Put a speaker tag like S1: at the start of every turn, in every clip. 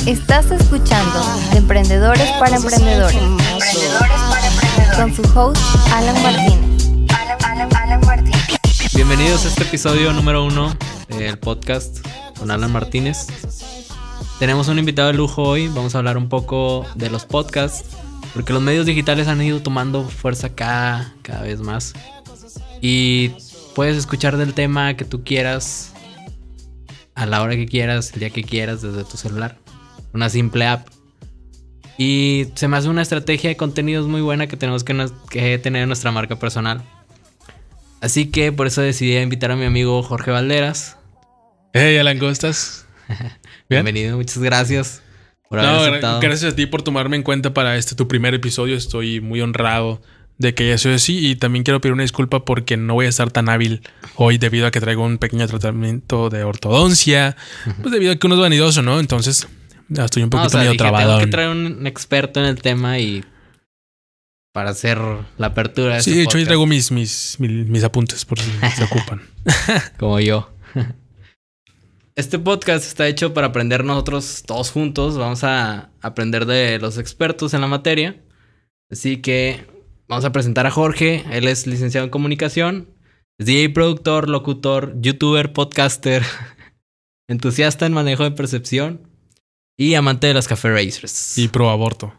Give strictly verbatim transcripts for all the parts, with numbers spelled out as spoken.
S1: Estás escuchando Emprendedores para Emprendedores. Emprendedores para Emprendedores. Con su host, Alan Martínez. Alan, Alan, Alan Martínez.
S2: Bienvenidos a este episodio número uno del podcast con Alan Martínez. Tenemos un invitado de lujo hoy. Vamos a hablar un poco de los podcasts, porque los medios digitales han ido tomando fuerza cada, cada vez más. Y puedes escuchar del tema que tú quieras, a la hora que quieras, el día que quieras, desde tu celular. Una simple app. Y se me hace una estrategia de contenidos muy buena que tenemos que, nos, que tener en nuestra marca personal. Así que por eso decidí invitar a mi amigo Jorge Valderas.
S3: Hey, Alan, ¿cómo estás?
S2: Bienvenido, muchas gracias por haber
S3: no,
S2: aceptado.
S3: Gracias a ti por tomarme en cuenta para este tu primer episodio. Estoy muy honrado de que haya sido así. Y también quiero pedir una disculpa porque no voy a estar tan hábil hoy debido a que traigo un pequeño tratamiento de ortodoncia. Pues debido a que uno es vanidoso, ¿no? Entonces ya estoy un poquito no, o sea, medio dije, trabado.
S2: Tengo que traer un experto en el tema y para hacer la apertura de
S3: sí,
S2: este
S3: de hecho
S2: podcast.
S3: yo traigo mis, mis, mis, mis apuntes por si se ocupan.
S2: Como yo. Este podcast está hecho para aprender nosotros todos juntos. Vamos a aprender de los expertos en la materia. Así que vamos a presentar a Jorge. Él es licenciado en comunicación. Es D J, productor, locutor, youtuber, podcaster, entusiasta en manejo de percepción y amante de los café racers.
S3: Y pro aborto.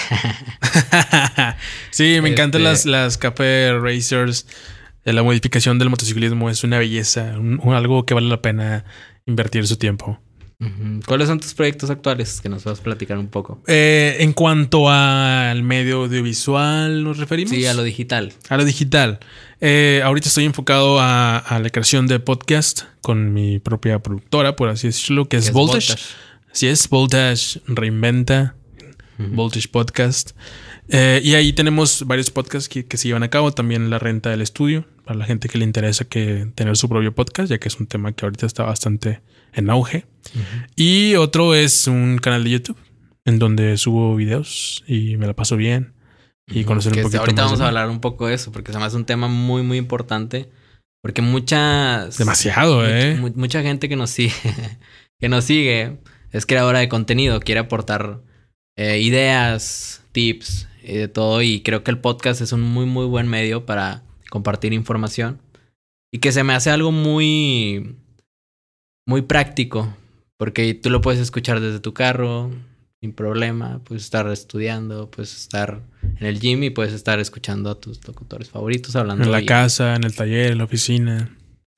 S3: Sí, me este... encantan las, las café racers. La modificación del motociclismo es una belleza, un, un, algo que vale la pena invertir su tiempo.
S2: Uh-huh. ¿Cuáles son tus proyectos actuales? Que nos vas a platicar un poco.
S3: Eh, en cuanto al medio audiovisual, ¿nos referimos?
S2: Sí, a lo digital.
S3: A lo digital. Eh, ahorita estoy enfocado a, a la creación de podcast con mi propia productora, por así decirlo, que es, es Voltage. Voltage. Así es, Voltage Reinventa, uh-huh. Voltage Podcast. Eh, y ahí tenemos varios podcasts que, que se llevan a cabo. También la renta del estudio, para la gente que le interesa que tener su propio podcast, ya que es un tema que ahorita está bastante en auge. Uh-huh. Y otro es un canal de YouTube en donde subo videos y me la paso bien y uh-huh. conocer
S2: que
S3: un poquito
S2: ahorita
S3: más.
S2: Ahorita vamos a hablar un poco de eso, porque se me hace un tema muy, muy importante. Porque muchas...
S3: Demasiado,
S2: mucha,
S3: ¿eh?
S2: Mu- mucha gente que nos sigue, que nos sigue es creadora de contenido, quiere aportar eh, ideas, tips y de todo. Y creo que el podcast es un muy, muy buen medio para compartir información. Y que se me hace algo muy... muy práctico, porque tú lo puedes escuchar desde tu carro sin problema, puedes estar estudiando, puedes estar en el gym y puedes estar escuchando a tus locutores favoritos hablando.
S3: En la
S2: y...
S3: casa, en el taller, en la oficina.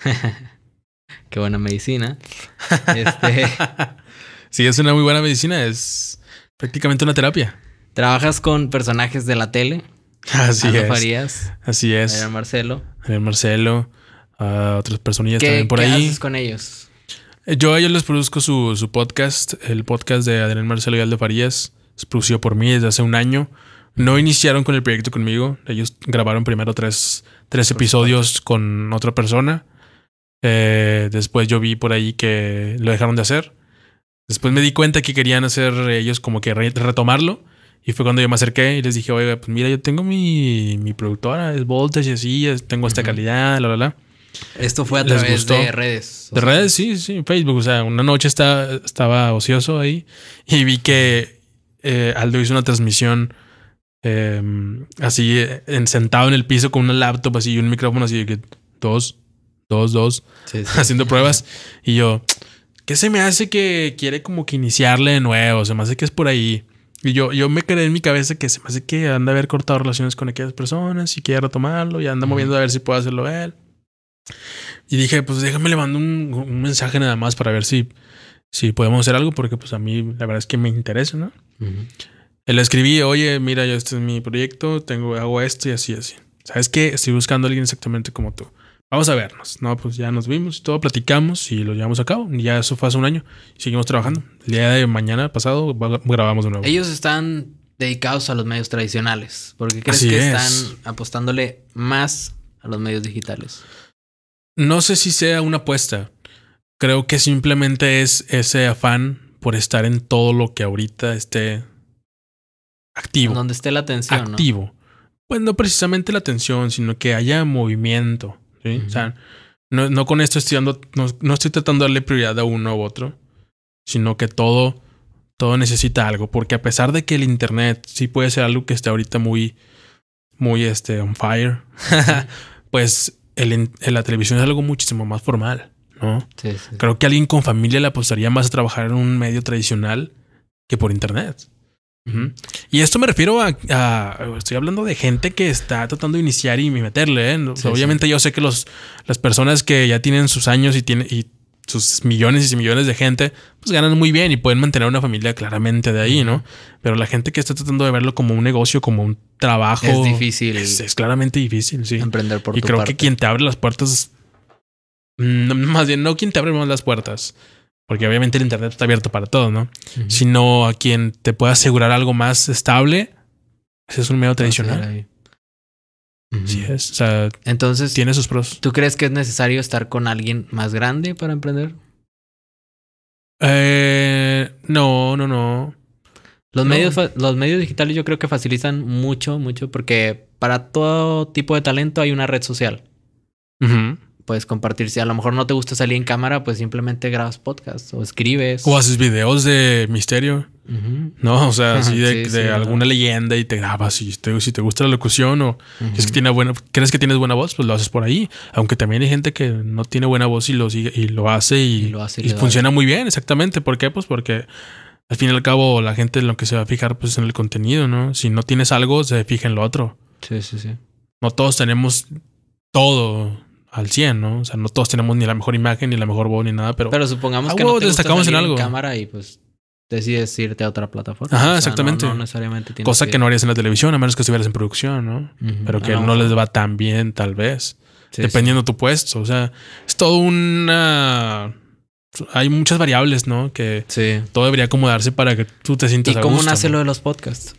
S2: Qué buena medicina. Este...
S3: Sí, es una muy buena medicina, es prácticamente una terapia.
S2: Trabajas con personajes de la tele.
S3: Así
S2: Ana
S3: es.
S2: Farías.
S3: Así es.
S2: Adrián Marcelo.
S3: Adrián Marcelo. Uh, otras personillas
S2: ¿Qué,
S3: también por
S2: ¿qué
S3: ahí.
S2: ¿Qué haces con ellos?
S3: Yo a ellos les produzco su, su podcast. El podcast de Adrián Marcelo y Aldo Farías es producido por mí desde hace un año. No iniciaron con el proyecto conmigo. Ellos grabaron primero tres, tres episodios con otra persona. Eh, después yo vi por ahí que lo dejaron de hacer. Después me di cuenta que querían hacer ellos como que re- retomarlo. Y fue cuando yo me acerqué y les dije, oiga, pues mira, yo tengo mi, mi productora, es Voltage, así, tengo esta uh-huh. calidad, la, la, la.
S2: Esto fue a través de redes.
S3: De sea. redes, sí, sí, Facebook. O sea, una noche está, estaba ocioso ahí y vi que eh, Aldo hizo una transmisión eh, así, en, sentado en el piso con una laptop así y un micrófono así de que dos, dos, dos, sí, sí. haciendo pruebas. Y yo, ¿qué se me hace que quiere como que iniciarle de nuevo? Se me hace que es por ahí. Y yo, yo me quedé en mi cabeza que se me hace que anda a haber cortado relaciones con aquellas personas y quiere retomarlo y anda uh-huh. moviendo a ver si puede hacerlo él. Y dije, pues déjame le mando un, un mensaje nada más para ver si, si podemos hacer algo, porque pues a mí la verdad es que me interesa, ¿no? Uh-huh. Le escribí, oye, mira, yo este es mi proyecto, tengo, hago esto y así, así. ¿Sabes qué? Estoy buscando a alguien exactamente como tú. Vamos a vernos. No, pues ya nos vimos y todo, platicamos y lo llevamos a cabo. Y ya eso fue hace un año y seguimos trabajando. El día de mañana pasado grabamos de nuevo.
S2: Ellos están dedicados a los medios tradicionales. ¿Por qué crees
S3: Así
S2: que
S3: es.
S2: están apostándole más a los medios digitales?
S3: No sé si sea una apuesta. Creo que simplemente es ese afán por estar en todo lo que ahorita esté activo.
S2: Donde esté la atención,
S3: activo.
S2: ¿no?
S3: Pues no precisamente la atención, sino que haya movimiento. ¿Sí? Uh-huh. O sea, no, no con esto estoy dando, no, no estoy tratando de darle prioridad a uno u otro, sino que todo Todo necesita algo. Porque a pesar de que el internet sí puede ser algo que esté ahorita muy, muy este, on fire, pues el, el, la televisión es algo muchísimo más formal, ¿no?
S2: Sí, sí.
S3: Creo que alguien con familia le apostaría más a trabajar en un medio tradicional que por internet. Uh-huh. Y esto me refiero a, a... Estoy hablando de gente que está tratando de iniciar y meterle, ¿eh? O sea, sí, obviamente sí. Yo sé que los, las personas que ya tienen sus años y, tiene, y sus millones y millones de gente, pues ganan muy bien y pueden mantener una familia claramente de ahí, ¿no? Pero la gente que está tratando de verlo como un negocio, como un trabajo...
S2: Es difícil.
S3: Es, es claramente difícil, sí.
S2: Emprender por
S3: y
S2: tu
S3: creo
S2: parte.
S3: que quien te abre las puertas... No, más bien, no quien te abre más las puertas... Porque obviamente el internet está abierto para todo, ¿no? Uh-huh. Sino a quien te pueda asegurar algo más estable. Ese es un medio tradicional. Uh-huh. Sí es. O sea,
S2: entonces,
S3: tiene sus pros.
S2: ¿Tú crees que es necesario estar con alguien más grande para emprender?
S3: Eh, no, no, no.
S2: Los,
S3: no.
S2: Medios, los medios digitales yo creo que facilitan mucho, mucho. Porque para todo tipo de talento hay una red social.
S3: Uh-huh.
S2: Puedes compartir. Si a lo mejor no te gusta salir en cámara, pues simplemente grabas podcast o escribes.
S3: O haces videos de misterio.
S2: Uh-huh.
S3: No, o sea, así de,
S2: sí,
S3: de
S2: sí,
S3: alguna
S2: ¿verdad?
S3: leyenda y te grabas. Si te, si te gusta la locución o uh-huh. es que tiene buena, crees que tienes buena voz, pues lo haces por ahí. Aunque también hay gente que no tiene buena voz y lo sigue y lo hace y,
S2: y, lo hace y,
S3: y funciona muy bien. Exactamente. ¿Por qué? Pues porque al fin y al cabo la gente lo que se va a fijar pues en el contenido, ¿no? Si no tienes algo, se fija en lo otro.
S2: Sí, sí, sí.
S3: No todos tenemos todo al cien, ¿no? O sea, no todos tenemos ni la mejor imagen, ni la mejor voz, ni nada, pero...
S2: Pero supongamos
S3: ah,
S2: que
S3: wow,
S2: no te
S3: destacamos
S2: gusta salir
S3: en algo.
S2: En cámara y pues decides irte a otra plataforma.
S3: Ajá,
S2: o sea,
S3: exactamente.
S2: No, no necesariamente tienes
S3: cosa
S2: que...
S3: que no harías en la televisión, a menos que estuvieras en producción, ¿no? Uh-huh. Pero que no, no les va tan bien, tal vez. Sí, dependiendo sí. tu puesto. O sea, es todo una... Hay muchas variables, ¿no? Que
S2: sí.
S3: todo debería acomodarse para que tú te sientas a gusto.
S2: ¿Y cómo nace
S3: ¿no?
S2: lo de los podcasts?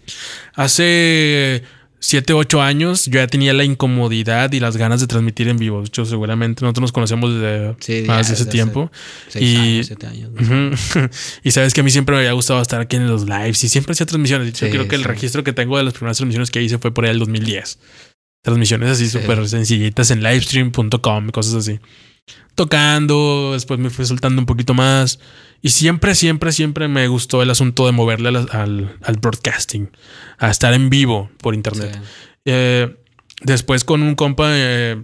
S3: Hace... Siete, ocho años yo ya tenía la incomodidad y las ganas de transmitir en vivo. De hecho, seguramente nosotros nos conocemos desde sí, más de ese tiempo.
S2: Seis
S3: y,
S2: años, siete años. ¿no?
S3: Uh-huh. Y sabes que a mí siempre me había gustado estar aquí en los lives y siempre hacía transmisiones. Sí, yo creo que sí. el registro que tengo de las primeras transmisiones que hice fue por ahí el dos mil diez. Transmisiones así sí. súper sencillitas en livestream punto com, cosas así. Tocando, después me fui soltando un poquito más. Y siempre, siempre, siempre me gustó el asunto de moverle al, al, al broadcasting, a estar en vivo por internet. Sí. Eh, después con un compa eh,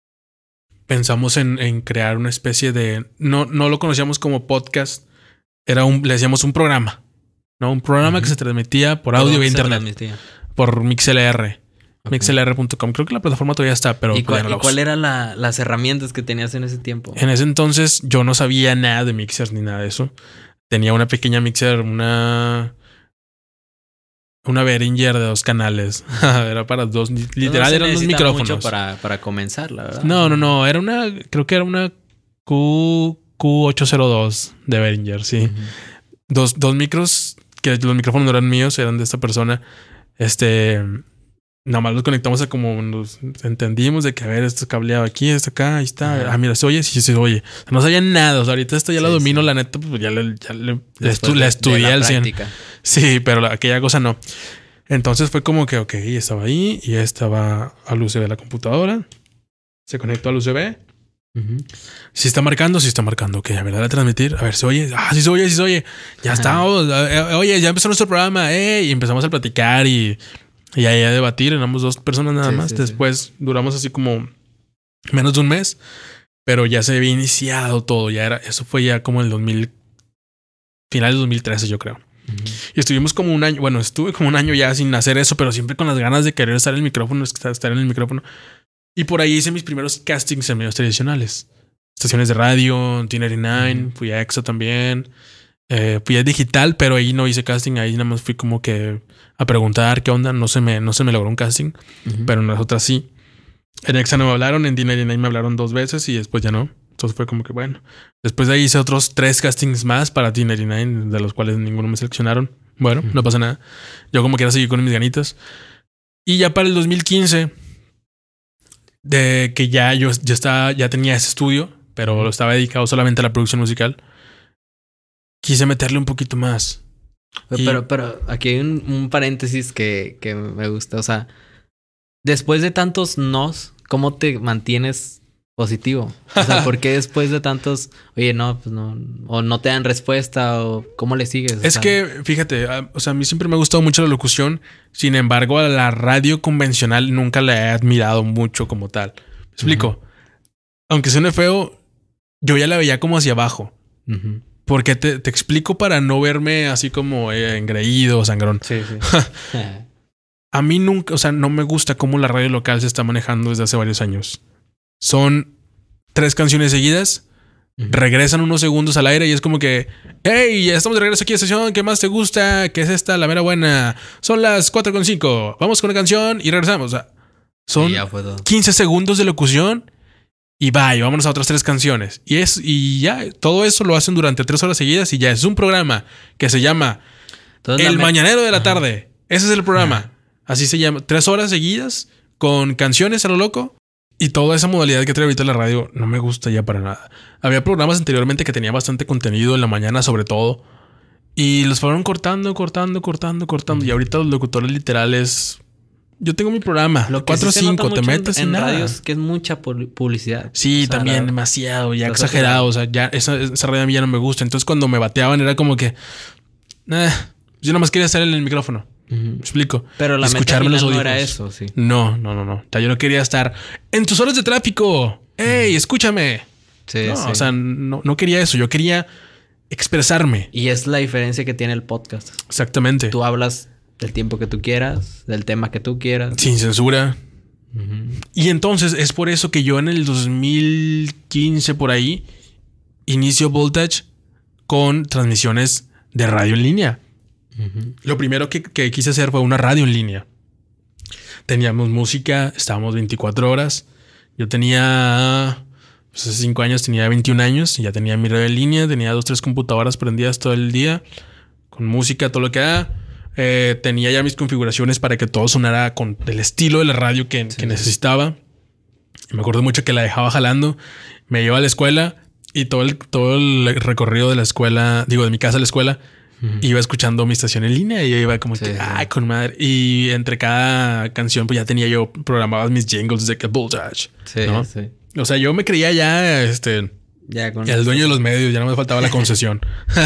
S3: pensamos en, en crear una especie de... No, no lo conocíamos como podcast, era un, le decíamos un programa, ¿no? Un programa uh-huh. que se transmitía por audio e internet. Transmitía? Por MixLR. Okay. mixlr punto com. Creo que la plataforma todavía está, pero...
S2: ¿Y cuál,
S3: no la
S2: ¿y cuál eran la, las herramientas que tenías en ese tiempo?
S3: En ese entonces yo no sabía nada de mixers ni nada de eso. Tenía una pequeña mixer, una... Una Behringer de dos canales. Era para dos... Literal, no eran dos micrófonos.
S2: Mucho para, para comenzar, la verdad.
S3: No, no, no. Era una... Creo que era una Q, Q ocho cero dos de Behringer, sí. Uh-huh. Dos, dos micros... Que los micrófonos no eran míos, eran de esta persona. Este... Nada más los conectamos a como nos entendimos de que, a ver, esto cableado aquí, esto acá, ahí está. Ajá. Ah, mira, ¿se oye? Sí, se oye. O sea, no sabía nada. O sea, ahorita esto ya sí, lo domino, sí. la neta, pues ya le, ya le, le estu- de, la estudié al cien. Sí, pero la, aquella cosa no. Entonces fue como que, ok, estaba ahí y estaba al U S B de la computadora. Se conectó al U S B. Uh-huh. Si está marcando, si está marcando. Ok, a ver, dale a transmitir. A ver, ¿se oye? Ah, sí se oye, sí se oye. Ya estamos. Oye, ya empezó nuestro programa. Eh, y empezamos a platicar y... Y ahí a debatir, éramos dos personas nada sí, más. Sí, Después sí. duramos así como menos de un mes, pero ya se había iniciado todo. Ya era, eso fue ya como el dos mil, final del dos mil trece, yo creo. Uh-huh. Y estuvimos como un año, bueno, estuve como un año ya sin hacer eso, pero siempre con las ganas de querer estar en el micrófono, estar en el micrófono. Y por ahí hice mis primeros castings en medios tradicionales. Estaciones de radio, T noventa y nueve, uh-huh. fui a EXA también. Eh, fui a digital, pero ahí no hice casting. Ahí nada más fui como que a preguntar qué onda. No se me, no se me logró un casting, uh-huh. pero en las otras sí. En EXA no me hablaron, en T noventa y nueve me hablaron dos veces y después ya no. Entonces fue como que bueno. Después de ahí hice otros tres castings más para T noventa y nueve, de los cuales ninguno me seleccionaron. Bueno, uh-huh. no pasa nada. Yo como quiera seguir con mis ganitas. Y ya para el dos mil quince, de que ya yo, yo estaba, ya tenía ese estudio, pero uh-huh. lo estaba dedicado solamente a la producción musical. Quise meterle un poquito más.
S2: Pero, y... pero, pero aquí hay un, un paréntesis que, que me gusta. O sea, después de tantos nos, ¿cómo te mantienes positivo. O sea, ¿por qué después de tantos, oye, no, pues no, o no te dan respuesta, o cómo le sigues? O
S3: es
S2: sea,
S3: que, fíjate, a, o sea, a mí siempre me ha gustado mucho la locución. Sin embargo, a la radio convencional nunca la he admirado mucho como tal. ¿Me explico? Uh-huh. Aunque suene feo, yo ya la veía como hacia abajo.
S2: Uh-huh.
S3: Porque te, te explico para no verme así como eh, engreído o sangrón.
S2: Sí, sí.
S3: A mí nunca, o sea, no me gusta cómo la radio local se está manejando desde hace varios años. Son tres canciones seguidas, uh-huh. regresan unos segundos al aire y es como que, hey, ya estamos de regreso aquí a la estación, ¿qué más te gusta? ¿Qué es esta? La mera buena. Son las cuatro con cinco. Vamos con la canción y regresamos. O sea, son quince segundos de locución y bye, vámonos a otras tres canciones. Y es, y ya, todo eso lo hacen durante tres horas seguidas y ya es un programa que se llama Entonces, El Mañanero de la uh-huh. Tarde. Ese es el programa. Uh-huh. Así se llama. Tres horas seguidas con canciones a lo loco. Y toda esa modalidad que trae ahorita la radio no me gusta ya para nada. Había programas anteriormente que tenían bastante contenido en la mañana, sobre todo. Y los fueron cortando, cortando, cortando, cortando. Y ahorita los locutores literales... Yo tengo mi programa.
S2: Lo
S3: cuatro o
S2: sí
S3: cinco, te metes
S2: en,
S3: en
S2: en radios que es mucha publicidad.
S3: Sí, o sea, también demasiado. Ya exagerado. O sea, ya esa, esa radio a mí ya no me gusta. Entonces cuando me bateaban era como que... Eh, yo nomás quería estar en el micrófono. Uh-huh. ¿Me explico?
S2: Pero la
S3: escucharme
S2: meta
S3: los
S2: no era eso, sí.
S3: No, no, no, no. O sea, yo no quería estar en tus horas de tráfico. ¡Ey, escúchame!
S2: Sí,
S3: no,
S2: sí.
S3: O sea, no, no quería eso. Yo quería expresarme.
S2: Y es la diferencia que tiene el podcast.
S3: Exactamente.
S2: Tú hablas del tiempo que tú quieras, del tema que tú quieras.
S3: Sin censura.
S2: Uh-huh.
S3: Y entonces es por eso que yo en el dos mil quince por ahí inicio Voltage con transmisiones de radio en línea. Uh-huh. Lo primero que, que quise hacer fue una radio en línea. Teníamos música, estábamos veinticuatro horas. Yo tenía, pues hace cinco años tenía veintiún años y ya tenía mi radio en línea. Tenía dos, tres computadoras prendidas todo el día con música, todo lo que da. Eh, tenía ya mis configuraciones para que todo sonara con el estilo de la radio que, sí, que necesitaba. Y me acuerdo mucho que la dejaba jalando. Me llevaba a la escuela y todo el, todo el recorrido de la escuela, digo, de mi casa a la escuela, uh-huh. iba escuchando mi estación en línea y yo iba como sí, que, sí. ay, con madre. Y entre cada canción, pues ya tenía yo programadas mis jingles de que Voltage.
S2: Sí,
S3: ¿no?
S2: sí.
S3: O sea, yo me creía ya, este...
S2: Ya con
S3: el dueño de los medios, ya no me faltaba la concesión.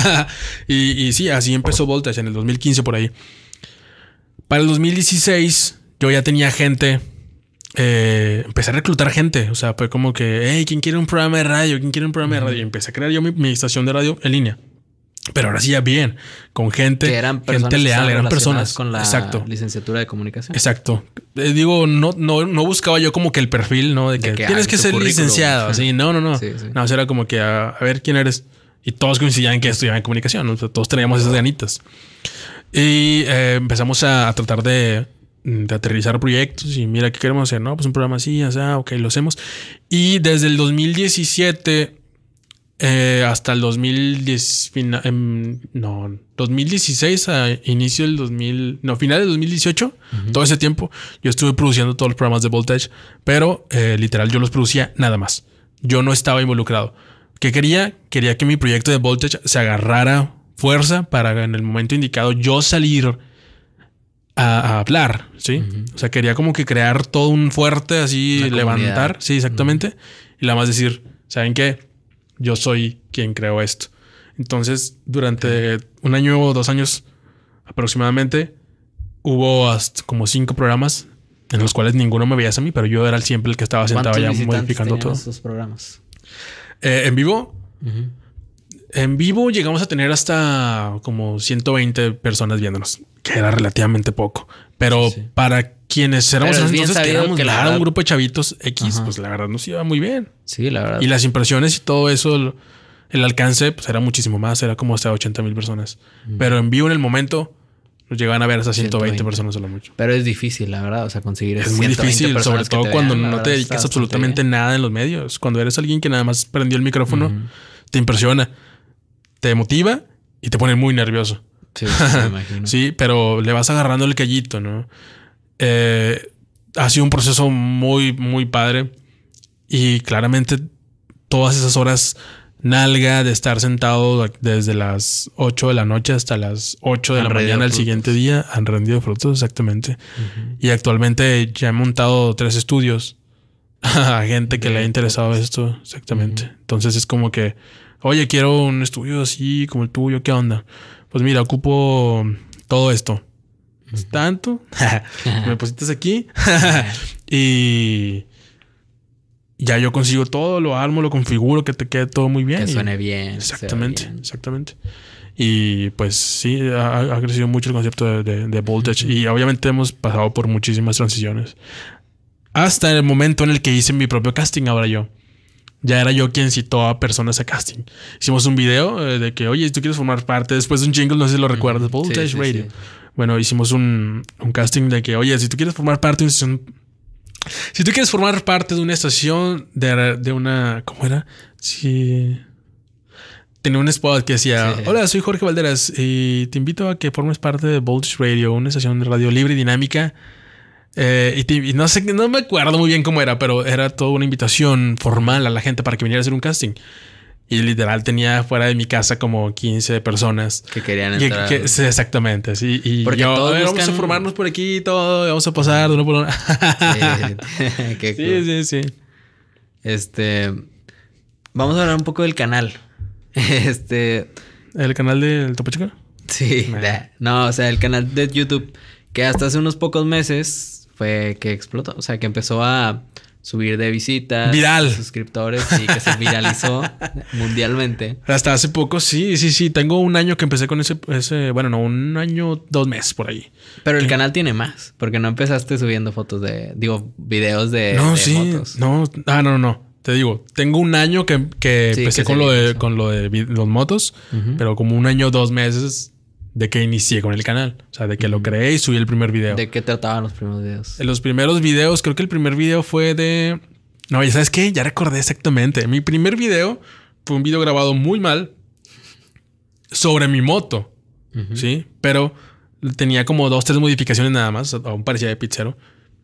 S3: y, y sí, así empezó Voltage en el dos mil quince por ahí. Para el dos mil dieciséis yo ya tenía gente, eh, empecé a reclutar gente. O sea, fue como que, hey, ¿quién quiere un programa de radio? ¿Quién quiere un programa uh-huh. de radio? Y empecé a crear yo mi, mi estación de radio en línea. Pero ahora sí ya bien, con gente,
S2: que eran
S3: gente leal, eran personas
S2: con la
S3: Exacto.
S2: licenciatura de comunicación.
S3: Exacto. Eh, digo, no, no, no buscaba yo como que el perfil, ¿no? De que, de que tienes que ser licenciado. Así, no, no, no. Sí, sí. No, era como que a, a ver quién eres. Y todos coincidían en que estudiaban comunicación, ¿no? O sea, todos teníamos esas ganitas. Y eh, empezamos a, a tratar de, de aterrizar proyectos. Y mira, ¿qué queremos hacer? No, pues un programa así, así, ok, lo hacemos. Y desde el dos mil diecisiete eh, hasta el dos mil diez, fina, eh, no, dos mil dieciséis a inicio del dos mil, no, final del dos mil dieciocho, uh-huh. todo ese tiempo yo estuve produciendo todos los programas de Voltage, pero eh, literal yo los producía nada más. Yo no estaba involucrado. ¿Qué quería? Quería que mi proyecto de Voltage se agarrara fuerza para en el momento indicado yo salir a, a hablar, ¿sí? Uh-huh. O sea, quería como que crear todo un fuerte así, una levantar. Comunidad. Sí, exactamente. Uh-huh. Y la más decir, ¿saben qué? Yo soy quien creó esto. Entonces, durante okay. un año o dos años aproximadamente, hubo hasta como cinco programas en los cuales ninguno me veías a mí, pero yo era siempre el que estaba sentado ya modificando todo.
S2: ¿Cuántos programas?
S3: Eh, ¿En vivo? Uh-huh. En vivo llegamos a tener hasta como ciento veinte personas viéndonos, que era relativamente poco. Pero sí, sí. para quienes éramos entonces, que éramos que verdad... un grupo de chavitos X, uh-huh. pues la verdad nos iba muy bien.
S2: Sí, la verdad.
S3: Y las impresiones y todo eso, el alcance, pues era muchísimo más, era como hasta ochenta mil personas. Uh-huh. Pero en vivo en el momento nos llegaban a ver hasta ciento veinte, ciento veinte personas a lo mucho.
S2: Pero es difícil, la verdad, o sea, conseguir
S3: es muy difícil, sobre todo cuando vean, no te dedicas absolutamente nada en los medios. Cuando eres alguien que nada más prendió el micrófono, uh-huh. te impresiona, te motiva y te pone muy nervioso.
S2: Sí, sí, me imagino.
S3: Sí, pero le vas agarrando el callito, ¿no? Eh, ha sido un proceso muy, muy padre. Y claramente todas esas horas nalga de estar sentado desde las ocho de la noche hasta las ocho de han la mañana del siguiente día han rendido frutos, exactamente. Uh-huh. Y actualmente ya he montado tres estudios a gente que le ha interesado esto. Exactamente. Uh-huh. Entonces es como que, oye, quiero un estudio así como el tuyo. ¿Qué onda? Pues mira, ocupo todo esto. Uh-huh. Tanto. Me depositas aquí. Y ya yo consigo todo, lo armo, lo configuro, que te quede todo muy bien.
S2: Que suene bien.
S3: Exactamente,
S2: bien.
S3: exactamente. Y pues sí, ha, ha crecido mucho el concepto de, de, de Voltage. Uh-huh. Y obviamente hemos pasado por muchísimas transiciones. Hasta el momento en el que hice mi propio casting, ahora yo. Ya era yo quien citó a personas a casting. Hicimos un video de que, oye, si tú quieres formar parte, después de un jingle, no sé si lo recuerdas, uh-huh. Voltage sí, sí, Radio. Sí. Bueno, hicimos un, un casting de que, oye, si tú quieres formar parte de una estación... Si tú quieres formar parte de una estación de, de una... ¿Cómo era? Sí... Tenía un spot que decía, sí. Hola, soy Jorge Valderas y te invito a que formes parte de Voltage Radio, una estación de radio libre y dinámica. Eh, y, te, y no sé, no me acuerdo muy bien cómo era, pero era toda una invitación formal a la gente para que viniera a hacer un casting. Y literal tenía fuera de mi casa como quince personas
S2: que querían entrar.
S3: Que, que, sí, exactamente. Sí. Y Porque yo, todos a ver, buscan... vamos a formarnos por aquí y todo, vamos a pasar de uno por uno.
S2: Sí, qué
S3: sí,
S2: cool.
S3: sí, sí.
S2: Este, vamos a hablar un poco del canal. Este,
S3: ¿el canal del Topo Chico?
S2: Sí, nah. No, o sea, el canal de YouTube que hasta hace unos pocos meses fue que explotó, o sea, que empezó a subir de visitas,
S3: viral,
S2: de suscriptores y que se viralizó mundialmente.
S3: Hasta hace poco, sí, sí, sí. Tengo un año que empecé con ese, ese, bueno, no, un año, dos meses por ahí.
S2: Pero el
S3: ¿Qué?
S2: canal tiene más, porque no empezaste subiendo fotos de, digo, videos de,
S3: no,
S2: de
S3: sí,
S2: motos.
S3: No, ah, no, no, no. Te digo, tengo un año que, que sí, empecé que con, lo de, con lo de los motos, uh-huh. pero como un año, dos meses de que inicié con el canal. O sea, de que uh-huh. lo creé y subí el primer video.
S2: ¿De qué trataban los primeros videos?
S3: En los primeros videos, creo que el primer video fue de... No, ¿ya sabes qué? Ya recordé exactamente. Mi primer video fue un video grabado muy mal sobre mi moto. Uh-huh. ¿Sí? Pero tenía como dos, tres modificaciones nada más. Aún parecía de pizzero.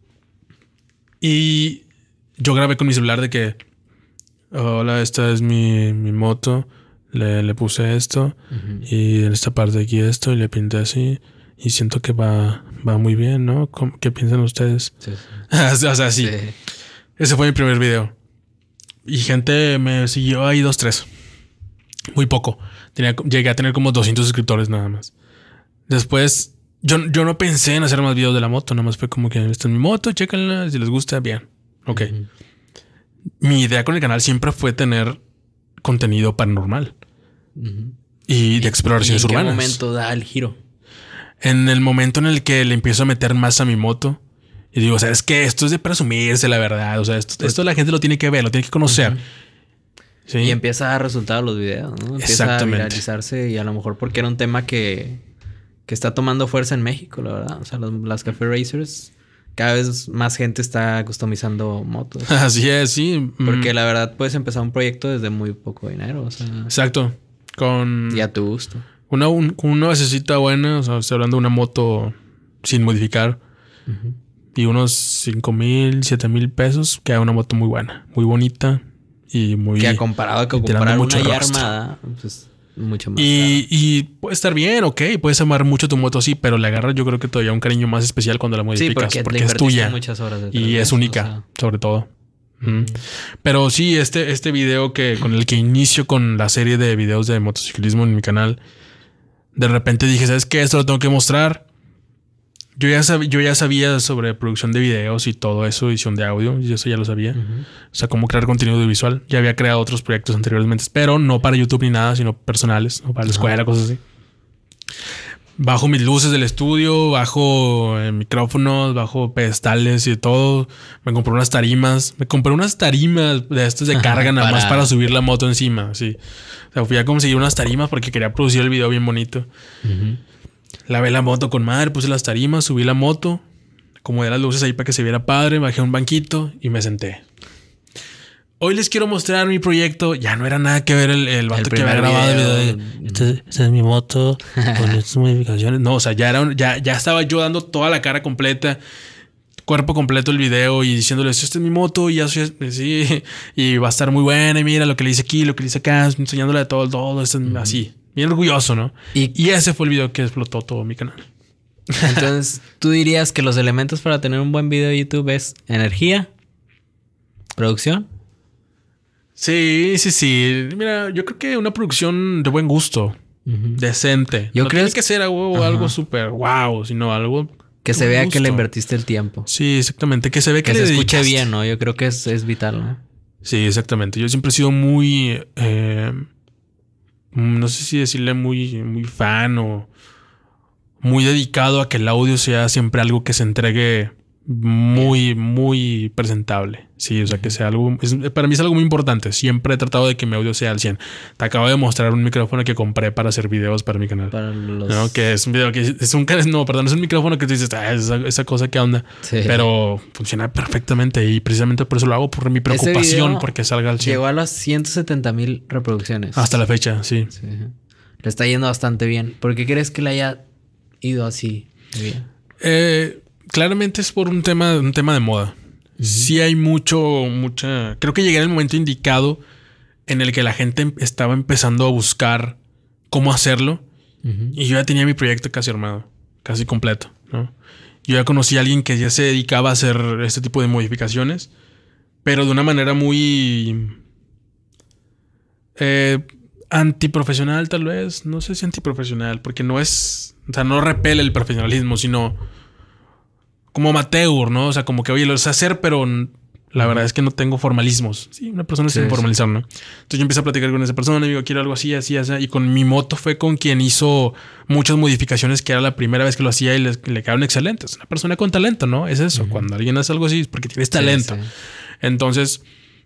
S3: Y yo grabé con mi celular de que... Hola, esta es mi, mi moto. Le, le puse esto. Uh-huh. Y en esta parte de aquí esto. Y le pinté así. Y siento que va, va muy bien, ¿no? ¿Qué piensan ustedes? Sí, sí. O sea, sí. sí. Ese fue mi primer video. Y gente me siguió ahí dos, tres. Muy poco. Tenía, llegué a tener como doscientos suscriptores nada más. Después, yo, yo no pensé en hacer más videos de la moto. Nada más fue como que esta es mi moto, chéquenla. Si les gusta, bien. Ok. Uh-huh. Mi idea con el canal siempre fue tener contenido paranormal. Uh-huh. Y de exploraciones urbanas. ¿En qué
S2: momento da el giro?
S3: En el momento en el que le empiezo a meter más a mi moto. Y digo, ¿sabes qué? Esto es de presumirse, la verdad. O sea, esto, esto la gente lo tiene que ver, lo tiene que conocer. Uh-huh. ¿Sí?
S2: Y empieza a dar resultados los videos, ¿no? Empieza a viralizarse y a lo mejor porque era un tema que, que está tomando fuerza en México, la verdad. O sea, los, las Café Racers, cada vez más gente está customizando motos.
S3: Así es, sí.
S2: Porque mm. la verdad puedes empezar un proyecto desde muy poco dinero. O sea,
S3: exacto. Con...
S2: Y a tu gusto.
S3: Una, un, una basecita buena, o sea, estoy hablando de una moto sin modificar. Uh-huh. Y unos cinco mil, siete mil pesos. Queda una moto muy buena. Muy bonita. Y muy...
S2: Que comparado con comprar una ya armada, pues mucho más
S3: y, y puede estar bien, ok. Puedes amar mucho tu moto, sí. Pero le agarras yo creo que todavía un cariño más especial cuando la modificas. Sí, porque, porque es tuya.
S2: Muchas horas de
S3: y es única, o sea. Sobre todo. Mm. Pero sí, este, este video que con el que inicio con la serie de videos de motociclismo en mi canal... De repente dije, ¿sabes qué? Esto lo tengo que mostrar. Yo ya, sab- yo ya sabía sobre producción de videos y todo eso, edición de audio. Y eso ya lo sabía. Uh-huh. O sea, cómo crear contenido audiovisual. Ya había creado otros proyectos anteriormente, pero no para YouTube ni nada, sino personales. O para la escuela, uh-huh. cosas así. Bajo mis luces del estudio, bajo eh, micrófonos, bajo pedestales y todo. Me compré unas tarimas. Me compré unas tarimas de estas de carga nada para... más para subir la moto encima. Sí. O sea, fui a conseguir unas tarimas porque quería producir el video bien bonito. Uh-huh. Lavé la moto con madre, puse las tarimas, subí la moto, acomodé las luces ahí para que se viera padre, bajé un banquito y me senté. Hoy les quiero mostrar mi proyecto. Ya no era nada que ver el, el vato el que había grabado video. el video. De, esta, esta es mi moto con estas modificaciones. No, o sea, ya, era, ya, ya estaba yo dando toda la cara completa, cuerpo completo el video y diciéndoles, esta es mi moto y ya soy así. Y va a estar muy buena. Y mira lo que le hice aquí, lo que le hice acá, enseñándole todo, todo. Esto, uh-huh. Así. Bien orgulloso, ¿no? Y, y ese fue el video que explotó todo mi canal.
S2: Entonces, ¿tú dirías que los elementos para tener un buen video de YouTube es energía? ¿Producción?
S3: Sí, sí, sí. Mira, yo creo que una producción de buen gusto, uh-huh. decente.
S2: Yo
S3: no
S2: creo
S3: tiene que ser algo, algo súper wow, sino algo
S2: que se vea gusto. Que le invertiste el tiempo.
S3: Sí, exactamente. Que se ve que,
S2: que
S3: le
S2: se escuche
S3: dedicaste.
S2: bien, ¿no? Yo creo que es, es vital, ¿no?
S3: Sí, exactamente. Yo siempre he sido muy, eh, no sé si decirle muy, muy fan o muy dedicado a que el audio sea siempre algo que se entregue muy, muy presentable. Sí, o sea, que sea algo... Es, para mí es algo muy importante. Siempre he tratado de que mi audio sea al cien. Te acabo de mostrar un micrófono que compré para hacer videos para mi canal.
S2: Para los...
S3: ¿No? Que es un video que... Es un... No, perdón. Es un micrófono que tú dices... Ah, esa, esa cosa que onda. Sí. Pero funciona perfectamente. Y precisamente por eso lo hago. Por mi preocupación. Porque salga al cien.
S2: Llegó a las ciento setenta mil reproducciones.
S3: Hasta la fecha, sí.
S2: sí. Le está yendo bastante bien. ¿Por qué crees que le haya ido así de bien?
S3: Eh... Claramente es por un tema, un tema de moda. Uh-huh. Sí hay mucho, mucha... Creo que llegué en el momento indicado en el que la gente estaba empezando a buscar cómo hacerlo. Uh-huh. Y yo ya tenía mi proyecto casi armado, casi completo, ¿no? Yo ya conocí a alguien que ya se dedicaba a hacer este tipo de modificaciones, pero de una manera muy... Eh, antiprofesional, tal vez. No sé si antiprofesional, porque no es... O sea, no repele el profesionalismo, sino... como amateur, ¿no? O sea, como que, oye, lo sé hacer, pero la verdad es que no tengo formalismos. Sí, una persona sí, sin formalizar, ¿no? Entonces yo empecé a platicar con esa persona y digo, quiero algo así, así, así. Y con mi moto fue con quien hizo muchas modificaciones, que era la primera vez que lo hacía y le, le quedaron excelentes. Una persona con talento, ¿no? Es eso. Uh-huh. Cuando alguien hace algo así es porque tienes talento. Sí, sí. Entonces,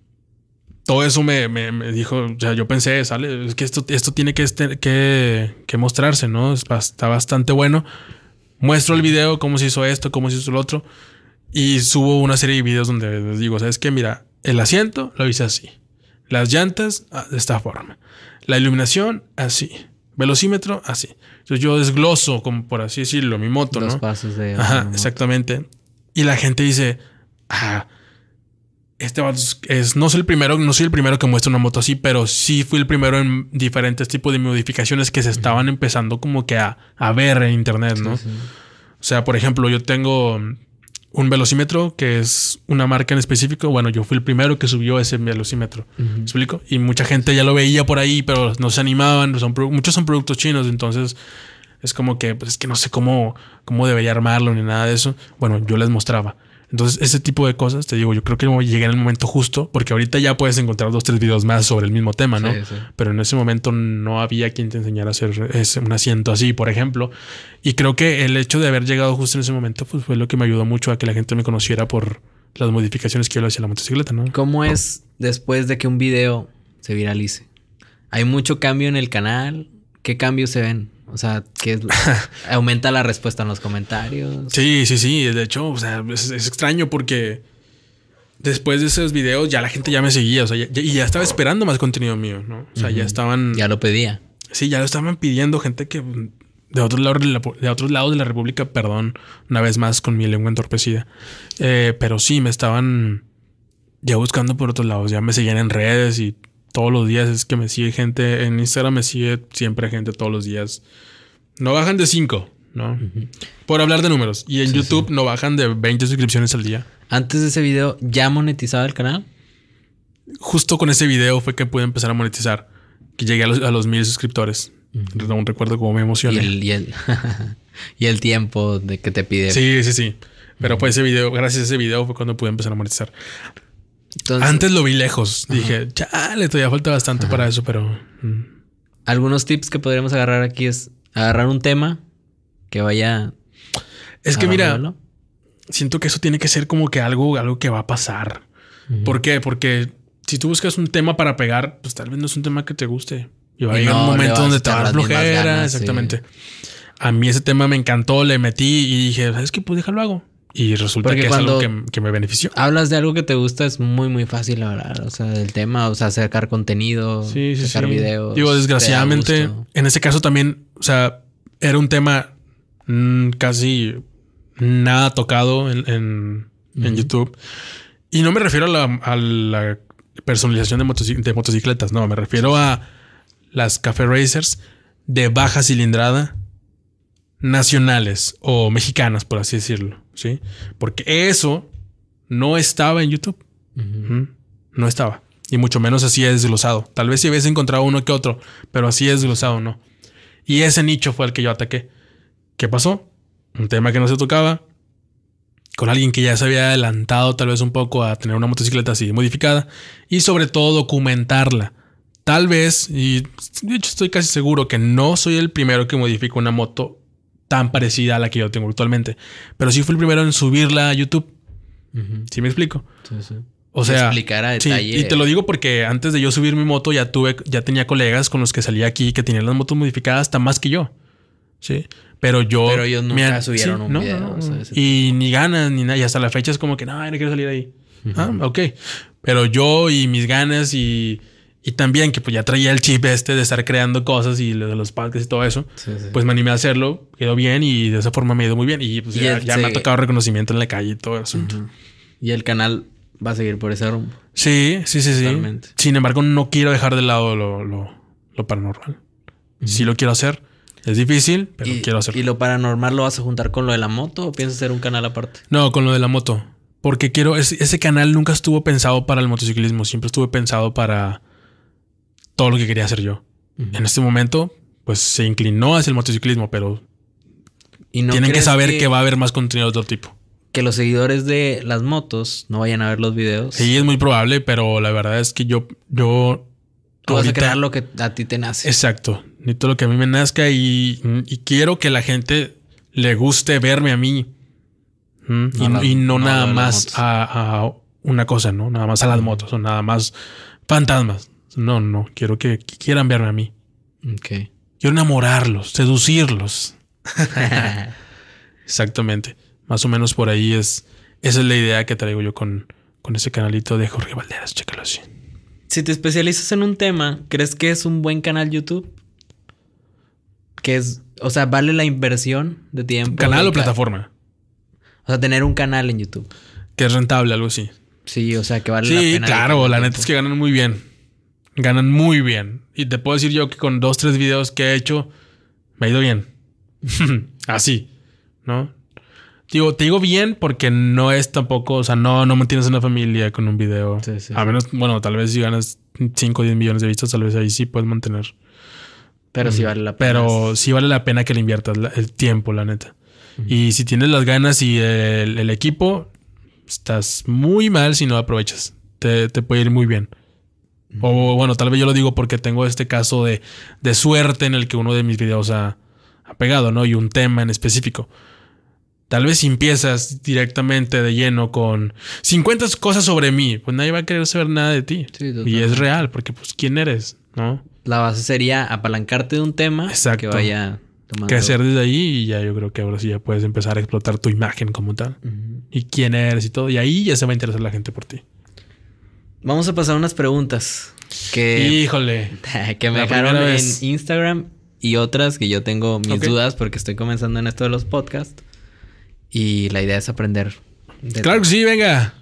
S3: todo eso me, me, me dijo, o sea, yo pensé, sale, es que esto, esto tiene que, este, que, que mostrarse, ¿no? Está bastante bueno. Muestro el video, cómo se hizo esto, cómo se hizo lo otro. Y subo una serie de videos donde les digo, ¿sabes qué? Mira, el asiento lo hice así. Las llantas, de esta forma. La iluminación, así. Velocímetro, así. Entonces yo desgloso, como por así decirlo, mi moto,
S2: Los
S3: ¿no?
S2: pasos de...
S3: Ajá, exactamente. Y la gente dice, ah, este es, no soy el primero, no soy el primero que muestra una moto así, pero sí fui el primero en diferentes tipos de modificaciones que se estaban uh-huh. empezando como que a, a ver en internet, ¿no? Sí, sí. O sea, por ejemplo, yo tengo un velocímetro que es una marca en específico. Bueno, yo fui el primero que subió ese velocímetro. Uh-huh. ¿Me explico? Y mucha gente ya lo veía por ahí, pero no se animaban. Son, muchos son productos chinos, entonces es como que, pues es que no sé cómo, cómo debería armarlo ni nada de eso. Bueno, yo les mostraba. Entonces, ese tipo de cosas, te digo, yo creo que llegué en el momento justo, porque ahorita ya puedes encontrar dos, tres videos más sobre el mismo tema, ¿no? Sí, sí. Pero en ese momento no había quien te enseñara a hacer ese, un asiento así, por ejemplo. Y creo que el hecho de haber llegado justo en ese momento, pues fue lo que me ayudó mucho a que la gente me conociera por las modificaciones que yo le hacía a la motocicleta, ¿no?
S2: ¿Cómo es después de que un video se viralice? ¿Hay mucho cambio en el canal? ¿Qué cambios se ven? O sea, que aumenta la respuesta en los comentarios.
S3: Sí, sí, sí. De hecho, o sea, es, es extraño porque después de esos videos ya la gente ya me seguía. O sea, ya, y ya estaba esperando más contenido mío, ¿no? O sea, uh-huh. ya estaban...
S2: Ya lo pedía.
S3: Sí, ya lo estaban pidiendo gente que... De otros lados de, la, de otros lados de la República, perdón, una vez más con mi lengua entorpecida. Eh, pero sí, me estaban ya buscando por otros lados. Ya me seguían en redes y... Todos los días es que me sigue gente. En Instagram me sigue siempre gente todos los días. No bajan de cinco, ¿no? Uh-huh. Por hablar de números. Y en sí, YouTube sí. no bajan de veinte suscripciones al día.
S2: Antes de ese video, ¿ya monetizaba el canal?
S3: Justo con ese video fue que pude empezar a monetizar. Que llegué a los, a los mil suscriptores. Uh-huh. No recuerdo cómo me emocioné.
S2: Y el, y, el y el tiempo de que te pide.
S3: Sí, sí, sí. Pero uh-huh. pues ese video, gracias a ese video fue cuando pude empezar a monetizar. Entonces, antes lo vi lejos. Ajá. Dije, chale, todavía falta bastante ajá. para eso, pero... Mm.
S2: Algunos tips que podríamos agarrar aquí es agarrar un tema que vaya...
S3: Es que mira, verlo. Siento que eso tiene que ser como que algo, algo que va a pasar. Uh-huh. ¿Por qué? Porque si tú buscas un tema para pegar, pues tal vez no es un tema que te guste. Y va a llegar no, un momento donde te va a dar flojera. Ganas, exactamente. Sí. A mí ese tema me encantó, le metí y dije, ¿sabes qué? Pues déjalo hago. Y resulta Porque que es algo que, que me benefició.
S2: Hablas de algo que te gusta, es muy, muy fácil hablar. O sea, del tema, o sea, sacar contenido,
S3: sí, sí,
S2: sacar
S3: sí.
S2: videos.
S3: Digo, desgraciadamente, en ese caso también, o sea, era un tema mmm, casi nada tocado en, en, uh-huh. en YouTube. Y no me refiero a la, a la personalización de, motoc- de motocicletas, no, me refiero a las Café Racers de baja cilindrada nacionales o mexicanas, por así decirlo, ¿sí? Porque eso no estaba en YouTube. Uh-huh. No estaba. Y mucho menos así es desglosado. Tal vez si hubiese encontrado uno que otro, pero así es desglosado, no. Y ese nicho fue el que yo ataqué. ¿Qué pasó? Un tema que no se tocaba, con alguien que ya se había adelantado tal vez un poco a tener una motocicleta así modificada y sobre todo documentarla. Tal vez, y de hecho estoy casi seguro que no soy el primero que modifica una moto tan parecida a la que yo tengo actualmente, pero sí fui el primero en subirla a YouTube. Uh-huh. ¿Sí me explico?
S2: Sí, sí.
S3: O sea,
S2: explicar a detalle.
S3: Sí, y te lo digo porque antes de yo subir mi moto ya tuve, ya tenía colegas con los que salía aquí que tenían las motos modificadas hasta más que yo. Sí. Pero yo...
S2: Pero ellos nunca
S3: me,
S2: subieron
S3: sí,
S2: un
S3: no,
S2: video.
S3: No, no,
S2: o sea,
S3: y tipo. Ni ganas ni nada. Y hasta la fecha es como que no, no quiero salir ahí. Uh-huh. Ah, ok. Pero yo y mis ganas y, y también que pues ya traía el chip este de estar creando cosas y lo de los podcasts y todo eso. Sí, sí. Pues me animé a hacerlo. Quedó bien y de esa forma me ha ido muy bien. Y pues y ya, ya me ha tocado reconocimiento en la calle y todo el asunto.
S2: Uh-huh. Y el canal va a seguir por ese rumbo.
S3: Sí, sí, sí, Totalmente. sí. Sin embargo, no quiero dejar de lado lo, lo, lo paranormal. Uh-huh. Sí lo quiero hacer. Es difícil, pero
S2: ¿Y,
S3: quiero hacerlo.
S2: ¿Y lo paranormal lo vas a juntar con lo de la moto o piensas hacer un canal aparte?
S3: No, con lo de la moto. Porque quiero... Ese, ese canal nunca estuvo pensado para el motociclismo. Siempre estuvo pensado para todo lo que quería hacer yo. Uh-huh. En este momento, pues se inclinó hacia el motociclismo, pero ¿Y no tienen que saber que... que va a haber más contenido de otro tipo.
S2: Que los seguidores de las motos no vayan a ver los videos.
S3: Sí, es muy probable, pero la verdad es que yo... yo
S2: Tú ahorita, vas a crear lo que a ti te nace.
S3: Exacto. Necesito lo que a mí me nazca y, y quiero que la gente le guste verme a mí. ¿Mm? No y, la, y no, no nada más a, a una cosa, ¿no? Nada más a las motos o nada más fantasmas. No, no. Quiero que, que quieran verme a mí.
S2: Ok.
S3: Quiero enamorarlos, seducirlos. Exactamente. Más o menos por ahí es... Esa es la idea que traigo yo con, con ese canalito de Jorge Valderas. Chécalo así.
S2: Si te especializas en un tema, ¿crees que es un buen canal YouTube? Que es, o sea, ¿vale la inversión de tiempo?
S3: ¿Canal o plataforma?
S2: O sea, tener un canal en YouTube.
S3: Que es rentable, algo así.
S2: Sí, o sea, que vale
S3: sí,
S2: la pena.
S3: Sí, claro, la neta es que ganan muy bien. Ganan muy bien. Y te puedo decir yo que con dos, tres videos que he hecho, me ha ido bien. Así, ¿no? Digo, te digo bien porque no es tampoco... O sea, no, no mantienes una familia con un video. Sí, sí, a menos, bueno, tal vez si ganas cinco o diez millones de vistas, tal vez ahí sí puedes mantener.
S2: Pero mm. sí vale la pena.
S3: Pero sí vale la pena que le inviertas la, el tiempo, la neta. Uh-huh. Y si tienes las ganas y el, el equipo, estás muy mal si no aprovechas. Te, te puede ir muy bien. Uh-huh. O bueno, tal vez yo lo digo porque tengo este caso de, de suerte en el que uno de mis videos ha, ha pegado, ¿no? Y un tema en específico. Tal vez si empiezas directamente de lleno con cincuenta cosas sobre mí, pues nadie va a querer saber nada de ti. Sí, y es real, porque pues ¿quién eres? ¿No?
S2: La base sería apalancarte de un tema.
S3: Exacto.
S2: Que vaya tomando...
S3: crecer desde ahí y ya yo creo que ahora sí ya puedes empezar a explotar tu imagen como tal. Uh-huh. Y quién eres y todo. Y ahí ya se va a interesar la gente por ti.
S2: Vamos a pasar unas preguntas que...
S3: Híjole.
S2: que me dejaron en vez. Instagram y otras que yo tengo mis okay. dudas porque estoy comenzando en esto de los podcasts. Y la idea es aprender.
S3: Claro que sí, venga.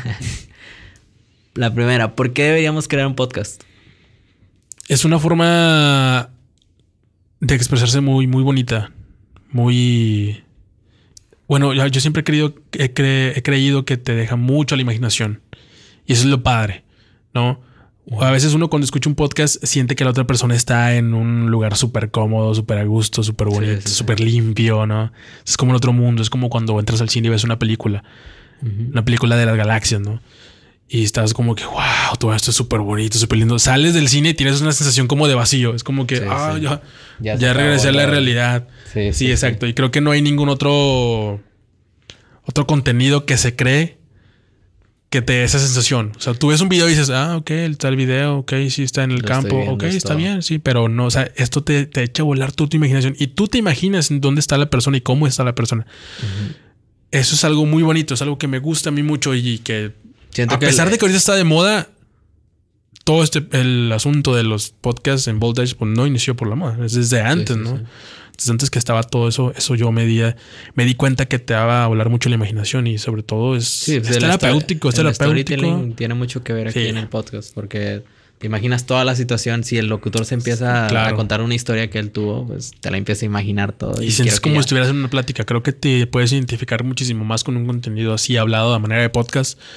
S2: La primera, ¿por qué deberíamos crear un podcast?
S3: Es una forma de expresarse muy, muy bonita. Muy... Bueno, yo, yo siempre he creído, he, cre, he creído que te deja mucho a la imaginación. Y eso es lo padre, ¿no? A veces uno cuando escucha un podcast siente que la otra persona está en un lugar súper cómodo, súper a gusto, súper bonito, sí, sí, súper sí. limpio, ¿no? Es como en otro mundo. Es como cuando entras al cine y ves una película. Uh-huh. Una película de las galaxias, ¿no? Y estás como que, wow, todo esto es súper bonito, súper lindo. Sales del cine y tienes una sensación como de vacío. Es como que, sí, ah, sí. ya, ya, ya regresé a la realidad. Sí, sí, sí exacto. Sí. Y creo que no hay ningún otro, otro contenido que se cree que te dé esa sensación. O sea, tú ves un video y dices, ah, ok, está el video, ok, sí está en el Lo campo, ok, esto. Está bien, sí, pero no, o sea, esto te, te echa a volar tú tu imaginación y tú te imaginas en dónde está la persona y cómo está la persona. Uh-huh. Eso es algo muy bonito, es algo que me gusta a mí mucho y que Siento a que pesar el... de que ahorita está de moda, todo este, el asunto de los podcasts en Voltage, pues no inició por la moda, es desde antes, sí, sí, ¿no? Sí. Desde antes que estaba todo eso, eso yo me di, me di cuenta que te daba a volar mucho la imaginación y sobre todo es, sí, es terapéutico, es terapéutico.
S2: Storytelling tiene mucho que ver aquí sí. en el podcast porque te imaginas toda la situación. Si el locutor se empieza claro. a contar una historia que él tuvo, pues te la empieza a imaginar todo.
S3: Y, y sientes como si estuvieras en una plática. Creo que te puedes identificar muchísimo más con un contenido así hablado de manera de podcast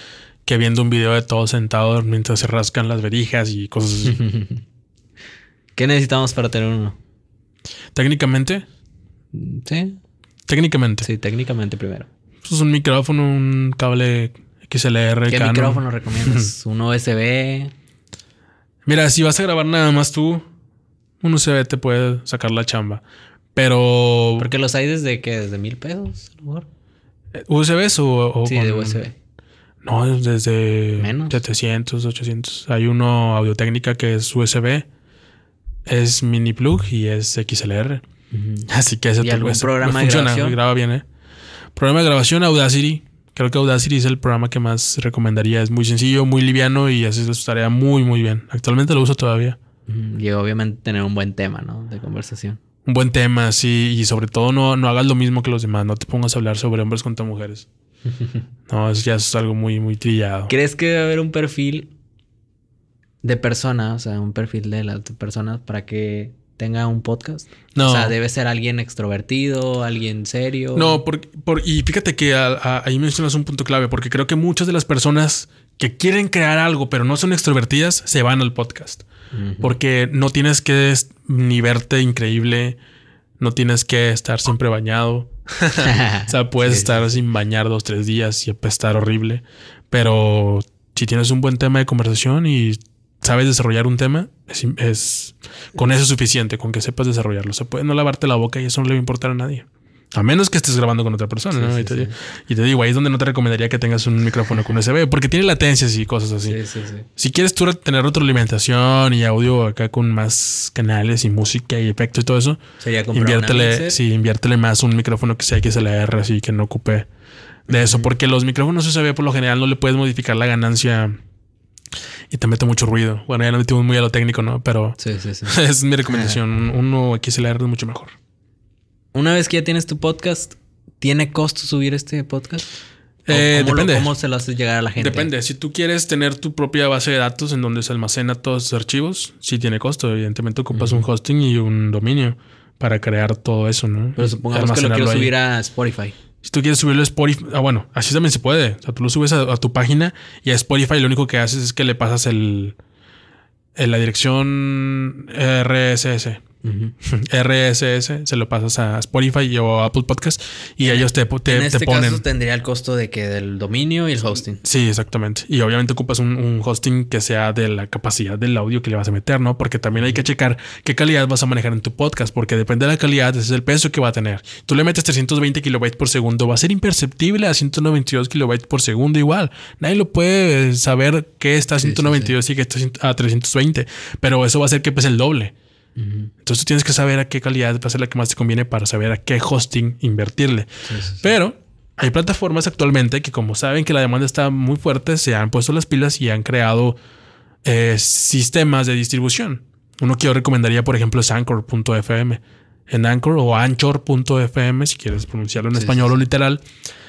S3: que viendo un video de todos sentados mientras se rascan las verijas y cosas así.
S2: ¿Qué necesitamos para tener uno?
S3: Técnicamente.
S2: Sí.
S3: Técnicamente.
S2: Sí, técnicamente primero.
S3: Pues un micrófono, un cable X L R.
S2: ¿Qué
S3: Canon.
S2: micrófono recomiendas? ¿Un U S B?
S3: Mira, si vas a grabar nada más tú, un U S B te puede sacar la chamba. Pero...
S2: Porque los hay desde que desde mil pesos, a lo mejor.
S3: ¿U S Bs o, o
S2: Sí,
S3: con-
S2: de U S B.
S3: No, desde
S2: Menos.
S3: setecientos, ochocientos. Hay uno Audio-Técnica que es U S B, es mini plug y es X L R.
S2: Ujú.
S3: Así que ese
S2: ¿Y algún
S3: ese-
S2: programa de
S3: funciona,
S2: grabación?
S3: graba bien, ¿eh? Programa de grabación Audacity. Creo que Audacity es el programa que más recomendaría. Es muy sencillo, muy liviano y hace su tarea muy, muy bien. Actualmente lo uso todavía.
S2: Ujú. Y obviamente tener un buen tema, ¿no? De conversación.
S3: Un buen tema, sí. Y sobre todo no, no hagas lo mismo que los demás. No te pongas a hablar sobre hombres contra mujeres. No, eso ya es algo muy, muy trillado.
S2: ¿Crees que debe haber un perfil de persona, o sea, un perfil de las personas para que tenga un podcast?
S3: No.
S2: O sea, debe ser alguien extrovertido, alguien serio.
S3: No, por, por, y fíjate que a- a- ahí mencionas un punto clave, porque creo que muchas de las personas que quieren crear algo, pero no son extrovertidas, se van al podcast.
S2: Ujú.
S3: Porque no tienes que es- ni verte increíble, no tienes que estar siempre bañado. O sea, puedes
S2: Sí,
S3: estar sin bañar dos, tres días y apestar horrible. Pero si tienes un buen tema de conversación y sabes desarrollar un tema, es, es- con eso es suficiente, con que sepas desarrollarlo. Se puede no lavarte la boca y eso no le va a importar a nadie. A menos que estés grabando con otra persona,
S2: Sí,
S3: ¿no?
S2: sí,
S3: y, te,
S2: sí.
S3: y te digo, ahí es donde no te recomendaría que tengas un micrófono con U S B, porque tiene latencias y cosas así.
S2: Sí, sí, sí.
S3: Si quieres tú tener retroalimentación y audio acá con más canales y música y efectos y todo eso,
S2: Sería comprar una
S3: inviértele,
S2: mixer.
S3: sí, inviértele más un micrófono que sea X L R, así que no ocupe de eso, porque los micrófonos U S B por lo general no le puedes modificar la ganancia y te mete mucho ruido. Bueno, ya nos metimos muy a lo técnico, ¿no? Pero
S2: Sí, sí, sí.
S3: es mi recomendación. Un- Uno X L R es mucho mejor.
S2: Una vez que ya tienes tu podcast, ¿tiene costo subir este podcast? ¿O
S3: Eh,
S2: cómo, lo-
S3: depende.
S2: ¿Cómo se lo haces llegar a la gente?
S3: Depende. Si tú quieres tener tu propia base de datos en donde se almacena todos tus archivos, sí tiene costo. Evidentemente ocupas un hosting y un dominio para crear todo eso, ¿no?
S2: Pero supongamos que lo quiero
S3: Almacenarlo ahí.
S2: subir a Spotify.
S3: Si tú quieres subirlo a Spotify, ah, bueno, así también se puede. O sea, tú lo subes a, a tu página y a Spotify lo único que haces es que le pasas el, el- la dirección R S S.
S2: Ujú.
S3: R S S se lo pasas a Spotify o a Apple Podcast y ellos te, te,
S2: en
S3: te
S2: este
S3: ponen.
S2: caso tendría el costo de que del dominio y el hosting.
S3: Sí, exactamente. Y obviamente ocupas un, un hosting que sea de la capacidad del audio que le vas a meter, ¿no? Porque también hay que checar qué calidad vas a manejar en tu podcast, porque depende de la calidad, ese es el peso que va a tener. Tú le metes trescientos veinte kilobytes por segundo, va a ser imperceptible a ciento noventa y dos kilobytes por segundo igual. Nadie lo puede saber qué está a
S2: Sí,
S3: ciento noventa y dos y qué está a trescientos veinte, pero eso va a hacer que pese el doble.
S2: Ujú.
S3: Entonces tú tienes que saber a qué calidad va a ser la que más te conviene para saber a qué hosting invertirle.
S2: Sí, sí, sí.
S3: Pero hay plataformas actualmente que, como saben que la demanda está muy fuerte, se han puesto las pilas y han creado eh, sistemas de distribución. Uno que yo recomendaría, por ejemplo, es anchor punto f m. En Anchor o anchor punto f m, si quieres pronunciarlo en
S2: Sí,
S3: español
S2: sí,
S3: o
S2: sí.
S3: literal.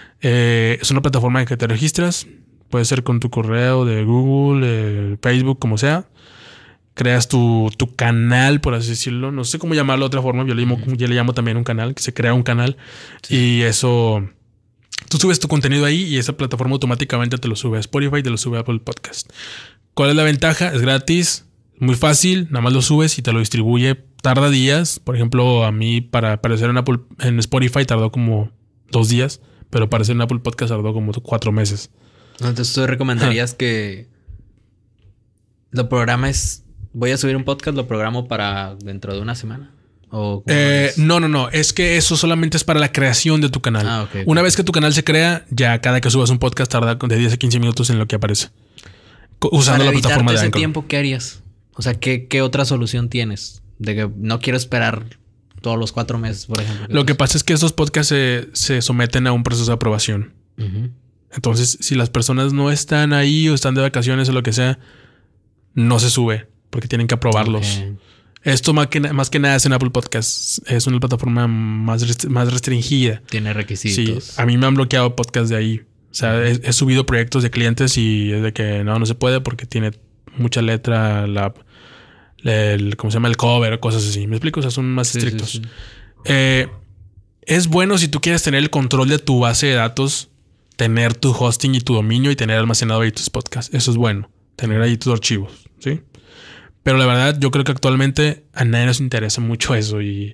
S3: Eh, es una plataforma en que te registras. Puede ser con tu correo de Google, eh, Facebook, como sea. Creas tu, tu canal, por así decirlo. No sé cómo llamarlo de otra forma. Yo le llamo, yo le llamo también un canal, que se crea un canal. Y eso... Tú subes tu contenido ahí y esa plataforma automáticamente te lo sube a Spotify y te lo sube a Apple Podcast. ¿Cuál es la ventaja? Es gratis, muy fácil. Nada más lo subes y te lo distribuye. Tarda días. Por ejemplo, a mí para aparecer en, Apple, en Spotify tardó como dos días. Pero aparecer en Apple Podcast tardó como cuatro meses.
S2: Entonces tú recomendarías que lo programes. Voy a subir un podcast, lo programo para dentro de una semana. ¿O cómo
S3: Eh,
S2: es?
S3: no, no, no. Es que eso solamente es para la creación de tu canal.
S2: Ah, ok, ok.
S3: Una vez que tu canal se crea, ya cada que subas un podcast tarda de diez a quince minutos en lo que aparece. Co- Usando
S2: Para
S3: la plataforma
S2: evitarte
S3: de
S2: ese
S3: Anchor.
S2: tiempo, ¿qué harías? O sea, ¿qué, qué otra solución tienes? De que no quiero esperar todos los cuatro meses, por ejemplo.
S3: Lo que pasa es que estos podcasts se, se someten a un proceso de aprobación.
S2: Ujú.
S3: Entonces, si las personas no están ahí o están de vacaciones o lo que sea, no se sube porque tienen que aprobarlos.
S2: Ok.
S3: Esto más que, na- más que nada es en Apple Podcasts. Es una plataforma más, rest- más restringida.
S2: Tiene
S3: Sí,
S2: requisitos.
S3: a mí me han bloqueado podcasts de ahí. O sea, he, he subido proyectos de clientes y es de que no, no se puede porque tiene mucha letra, la, el, ¿cómo se llama? El cover, cosas así. ¿Me explico? O sea, son más
S2: Sí, sí,
S3: estrictos.
S2: sí.
S3: Eh, es bueno si tú quieres tener el control de tu base de datos tener tu hosting y tu dominio y tener almacenado ahí tus podcasts. Eso es bueno. Tener ahí tus archivos, ¿sí? Pero la verdad, yo creo que actualmente a nadie nos interesa mucho eso y,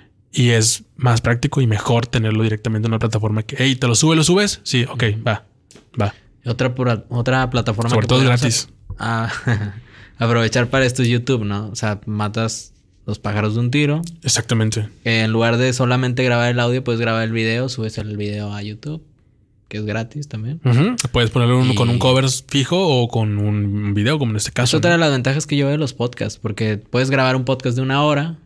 S3: y es más práctico y mejor tenerlo directamente en una plataforma que, hey, ¿te lo sube, lo subes? Sí, ok, va, va.
S2: Otra, por, otra plataforma
S3: Sobre
S2: que
S3: todo es gratis.
S2: A, aprovechar para esto es YouTube, ¿no? O sea, matas los pájaros de un tiro.
S3: Exactamente.
S2: En lugar de solamente grabar el audio, puedes grabar el video, subes el video a YouTube, que es gratis también.
S3: Uh-huh. Puedes ponerlo
S2: y...
S3: con un cover fijo o con un video, como en este caso.
S2: Es otra
S3: ¿no?
S2: de las ventajas que yo veo de los podcasts, porque puedes grabar un podcast de una hora,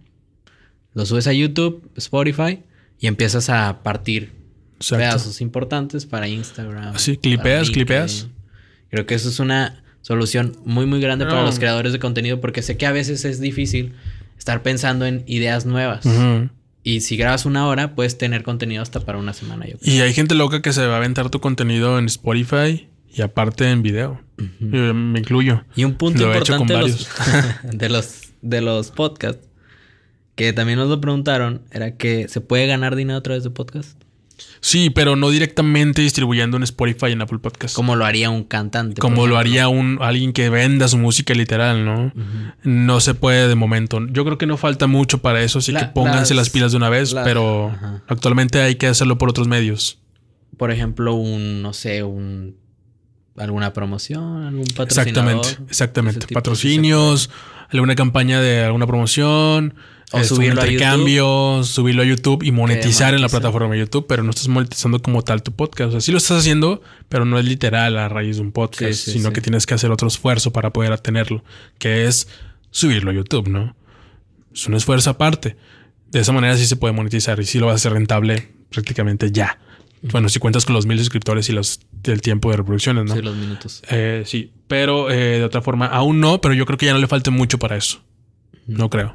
S2: lo subes a YouTube, Spotify, y empiezas a partir Exacto. pedazos importantes para Instagram.
S3: Así, clipeas, clipeas.
S2: Creo que eso es una solución muy, muy grande no. para los creadores de contenido, porque sé que a veces es difícil estar pensando en ideas nuevas. Uh-huh. Y si grabas una hora, puedes tener contenido hasta para una semana. Yo creo.
S3: Y hay gente loca que se va a aventar tu contenido en Spotify y aparte en video. Uh-huh. Yo me incluyo.
S2: Y un punto lo importante de los, de los de los podcasts, que también nos lo preguntaron, era que ¿se puede ganar dinero a través de podcast?
S3: Sí, pero no directamente distribuyendo en Spotify y en Apple Podcasts.
S2: Como lo haría un cantante.
S3: Como lo haría un alguien que venda su música literal, ¿no? Uh-huh. No se puede de momento. Yo creo que no falta mucho para eso, así la, que pónganse las, las pilas de una vez, la, pero uh-huh. actualmente hay que hacerlo por otros medios.
S2: Por ejemplo, un, no sé, un alguna promoción, algún patrocinador.
S3: Exactamente, exactamente. Patrocinios, alguna campaña de alguna promoción.
S2: O
S3: es
S2: subirlo
S3: un intercambio,
S2: a YouTube.
S3: subirlo a YouTube y monetizar en la plataforma de YouTube, pero no estás monetizando como tal tu podcast. O sea, sí lo estás haciendo, pero no es literal a raíz de un podcast, sí, sí, sino sí. que tienes que hacer otro esfuerzo para poder tenerlo, que es subirlo a YouTube, ¿no? Es un esfuerzo aparte. De esa manera sí se puede monetizar y sí lo vas a hacer rentable prácticamente ya. Uh-huh. Bueno, si cuentas con los mil suscriptores y los el tiempo de reproducciones, ¿no?
S2: Sí, los minutos.
S3: Eh, sí, pero eh, de otra forma aún no, pero yo creo que ya no le falta mucho para eso. Uh-huh. No creo.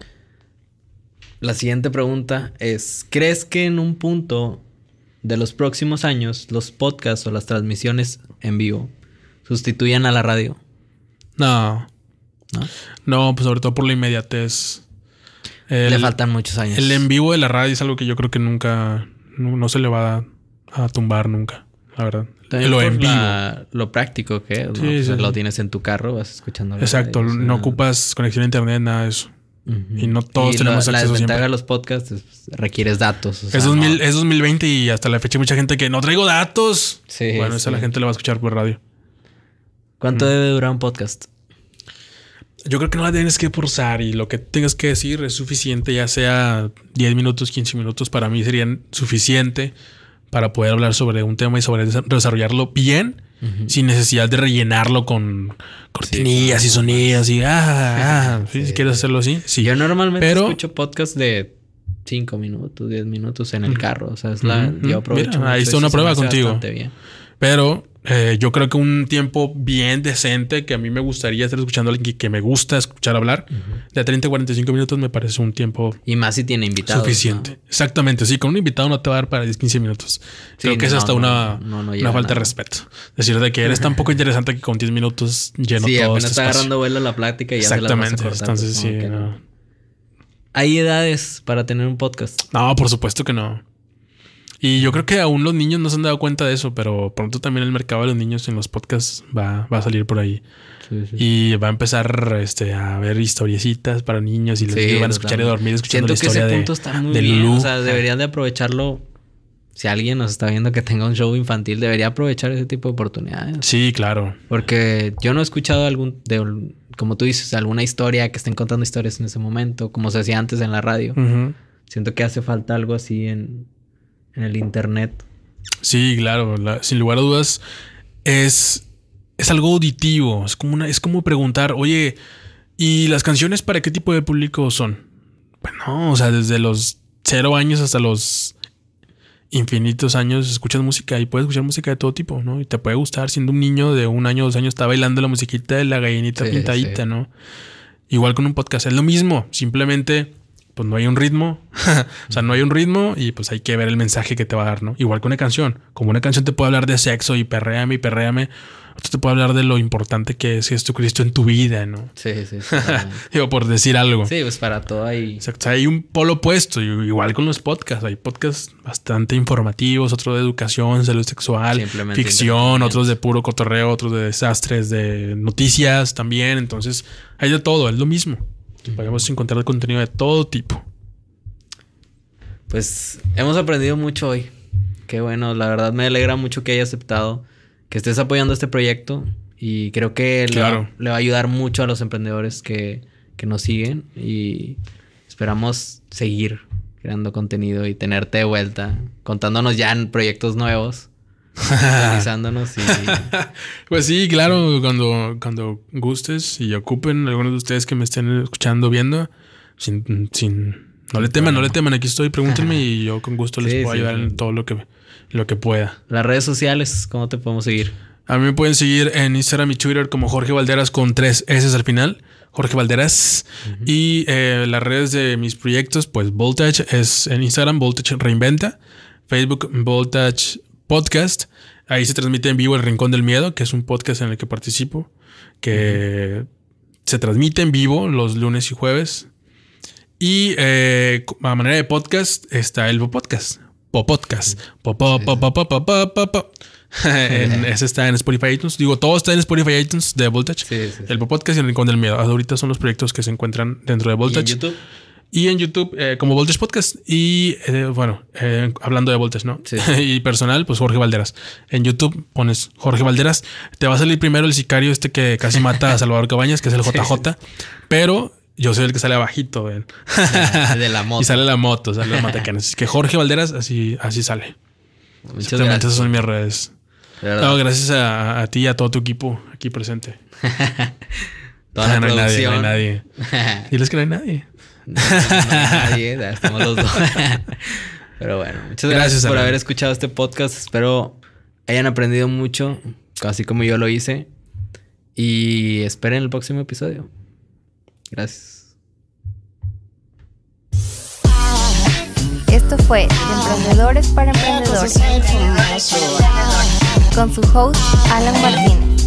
S2: La siguiente pregunta es, ¿crees que en un punto de los próximos años los podcasts o las transmisiones en vivo sustituyan a la radio?
S3: No.
S2: ¿No?
S3: No, pues sobre todo por la inmediatez. El,
S2: le faltan muchos años.
S3: El en vivo de la radio es algo que yo creo que nunca, no, no se le va a, a tumbar nunca, la verdad.
S2: También lo en vivo. La, lo práctico que es, ¿no? Sí, pues sí. Lo tienes en tu carro, vas escuchando.
S3: Exacto, radio, o sea, no ocupas conexión a internet, nada de eso. Uh-huh. Y no todos y tenemos
S2: lo,
S3: acceso
S2: la
S3: siempre.
S2: de los podcasts es, requieres datos. O sea,
S3: es, dos mil,
S2: no.
S3: es dos mil veinte y hasta la fecha hay mucha gente que no traigo datos.
S2: Sí,
S3: bueno,
S2: sí.
S3: esa la gente la va a escuchar por radio.
S2: ¿Cuánto uh-huh. debe durar un podcast?
S3: Yo creo que no la tienes que forzar y lo que tengas que decir es suficiente, ya sea diez minutos, quince minutos, para mí serían suficiente para poder hablar sobre un tema y sobre desarrollarlo bien. Uh-huh. Sin necesidad de rellenarlo con cortinillas sí, y sonidos y ah, ah sí, sí, si quieres hacerlo así. Sí.
S2: Yo normalmente
S3: pero,
S2: escucho podcasts de cinco minutos, diez minutos en el carro. O sea, es la, uh-huh. yo aprovecho.
S3: Mira, ahí está una prueba contigo.
S2: Bien.
S3: Pero eh, yo creo que un tiempo bien decente que a mí me gustaría estar escuchando a alguien que, que me gusta escuchar hablar, uh-huh. de treinta a cuarenta y cinco minutos me parece un tiempo.
S2: Y más si tiene invitados.
S3: Suficiente. ¿No? Exactamente. Sí, con un invitado no te va a dar para diez, quince minutos. Sí, creo que no, es hasta no, una, no, no una falta nada. de respeto. Decir de que eres tan poco interesante que con diez minutos lleno
S2: sí,
S3: todo
S2: apenas
S3: este
S2: está
S3: espacio.
S2: agarrando vuelo la plática y ya
S3: Exactamente.
S2: se la vas a cortar.
S3: Entonces,
S2: pues,
S3: sí.
S2: No.
S3: No.
S2: ¿Hay edades para tener un podcast?
S3: No, por supuesto que no. Y yo creo que aún los niños no se han dado cuenta de eso, pero pronto también el mercado de los niños en los podcasts va, va a salir por ahí. Sí, sí. Y va a empezar este, a ver historiecitas para niños y los sí, niños van a escuchar y dormir escuchando
S2: Siento
S3: la historia
S2: que ese
S3: de,
S2: punto está muy
S3: de
S2: bien.
S3: Lulu.
S2: O sea, deberían de aprovecharlo. Si alguien nos está viendo que tenga un show infantil, debería aprovechar ese tipo de oportunidades.
S3: Sí, claro.
S2: Porque yo no he escuchado algún, de, como tú dices, alguna historia que estén contando historias en ese momento, como se hacía antes en la radio. Uh-huh. Siento que hace falta algo así en, en el internet.
S3: Sí, claro. La, sin lugar a dudas, es, es algo auditivo. Es como, una, es como preguntar, oye, ¿y las canciones para qué tipo de público son? Pues no, o sea, desde los cero años hasta los infinitos años escuchas música y puedes escuchar música de todo tipo, ¿no? Y te puede gustar. Siendo un niño de un año o dos años está bailando la musiquita de la gallinita sí, pintadita, sí. ¿no? Igual con un podcast. Es lo mismo. Simplemente pues no hay un ritmo. O sea, no hay un ritmo y pues hay que ver el mensaje que te va a dar, ¿no? Igual que una canción. Como una canción te puede hablar de sexo y perréame y perréame. Otra te puede hablar de lo importante que es Jesucristo en tu vida, ¿no?
S2: Sí, sí.
S3: Digo, por decir algo.
S2: Sí, pues para todo hay...
S3: Exacto. Hay un polo opuesto. Igual con los podcasts. Hay podcasts bastante informativos, otros de educación, salud sexual, ficción, otros de puro cotorreo, otros de desastres, de noticias también. Entonces, hay de todo. Es lo mismo. Podemos encontrar contenido de todo tipo.
S2: Pues hemos aprendido mucho hoy. Qué bueno, la verdad me alegra mucho que hayas aceptado, que estés apoyando este proyecto y creo que
S3: claro.
S2: le, va, le va a ayudar mucho a los emprendedores que, que nos siguen y esperamos seguir creando contenido y tenerte de vuelta, contándonos ya en proyectos nuevos, actualizándonos y...
S3: Pues sí, claro, cuando, cuando gustes y ocupen algunos de ustedes que me estén escuchando, viendo, sin... sin no le teman, no le teman, aquí estoy, pregúntenme y yo con gusto les sí, puedo sí, ayudar sí. en todo lo que, lo que pueda.
S2: Las redes sociales, ¿cómo te podemos seguir?
S3: A mí me pueden seguir en Instagram y Twitter como Jorge Valderas con tres S al final. Jorge Valderas. Uh-huh. Y eh, las redes de mis proyectos, pues Voltage es en Instagram, Voltage Reinventa. Facebook, Voltage Podcast. Ahí se transmite en vivo El Rincón del Miedo, que es un podcast en el que participo. Que uh-huh. se transmite en vivo los lunes y jueves. Y eh, a manera de podcast está el Popodcast. Popodcast. Popodcast. Ese está en Spotify iTunes. Digo, todo está en Spotify iTunes de Voltage. Sí, sí, sí. El Popodcast y el Rincón del Miedo. Ahorita son los proyectos que se encuentran dentro de Voltage.
S2: ¿Y en YouTube?
S3: Y en YouTube eh, como Voltage Podcast. Y eh, bueno, eh, hablando de Voltage, ¿no? Sí. Y personal, pues Jorge Valderas. En YouTube pones Jorge Valderas. Te va a salir primero el sicario este que casi mata a Salvador Cabañas, que es el J J. Pero... yo soy el que sale abajito de,
S2: de la moto.
S3: Y sale la moto, sale los matacanes. Así que Jorge Valderas, así, así sale.
S2: Muchas
S3: Exactamente,
S2: gracias.
S3: esas son mis redes. No, gracias a, a ti y a todo tu equipo aquí presente.
S2: Toda la
S3: no,
S2: producción.
S3: Hay nadie, no hay nadie. Diles que no hay nadie.
S2: No, no hay nadie, ya estamos los dos. Pero bueno, muchas gracias, gracias por haber escuchado este podcast. Espero hayan aprendido mucho, así como yo lo hice. Y esperen el próximo episodio. Gracias.
S1: Esto fue de Emprendedores para Emprendedores con su host Alan Martínez.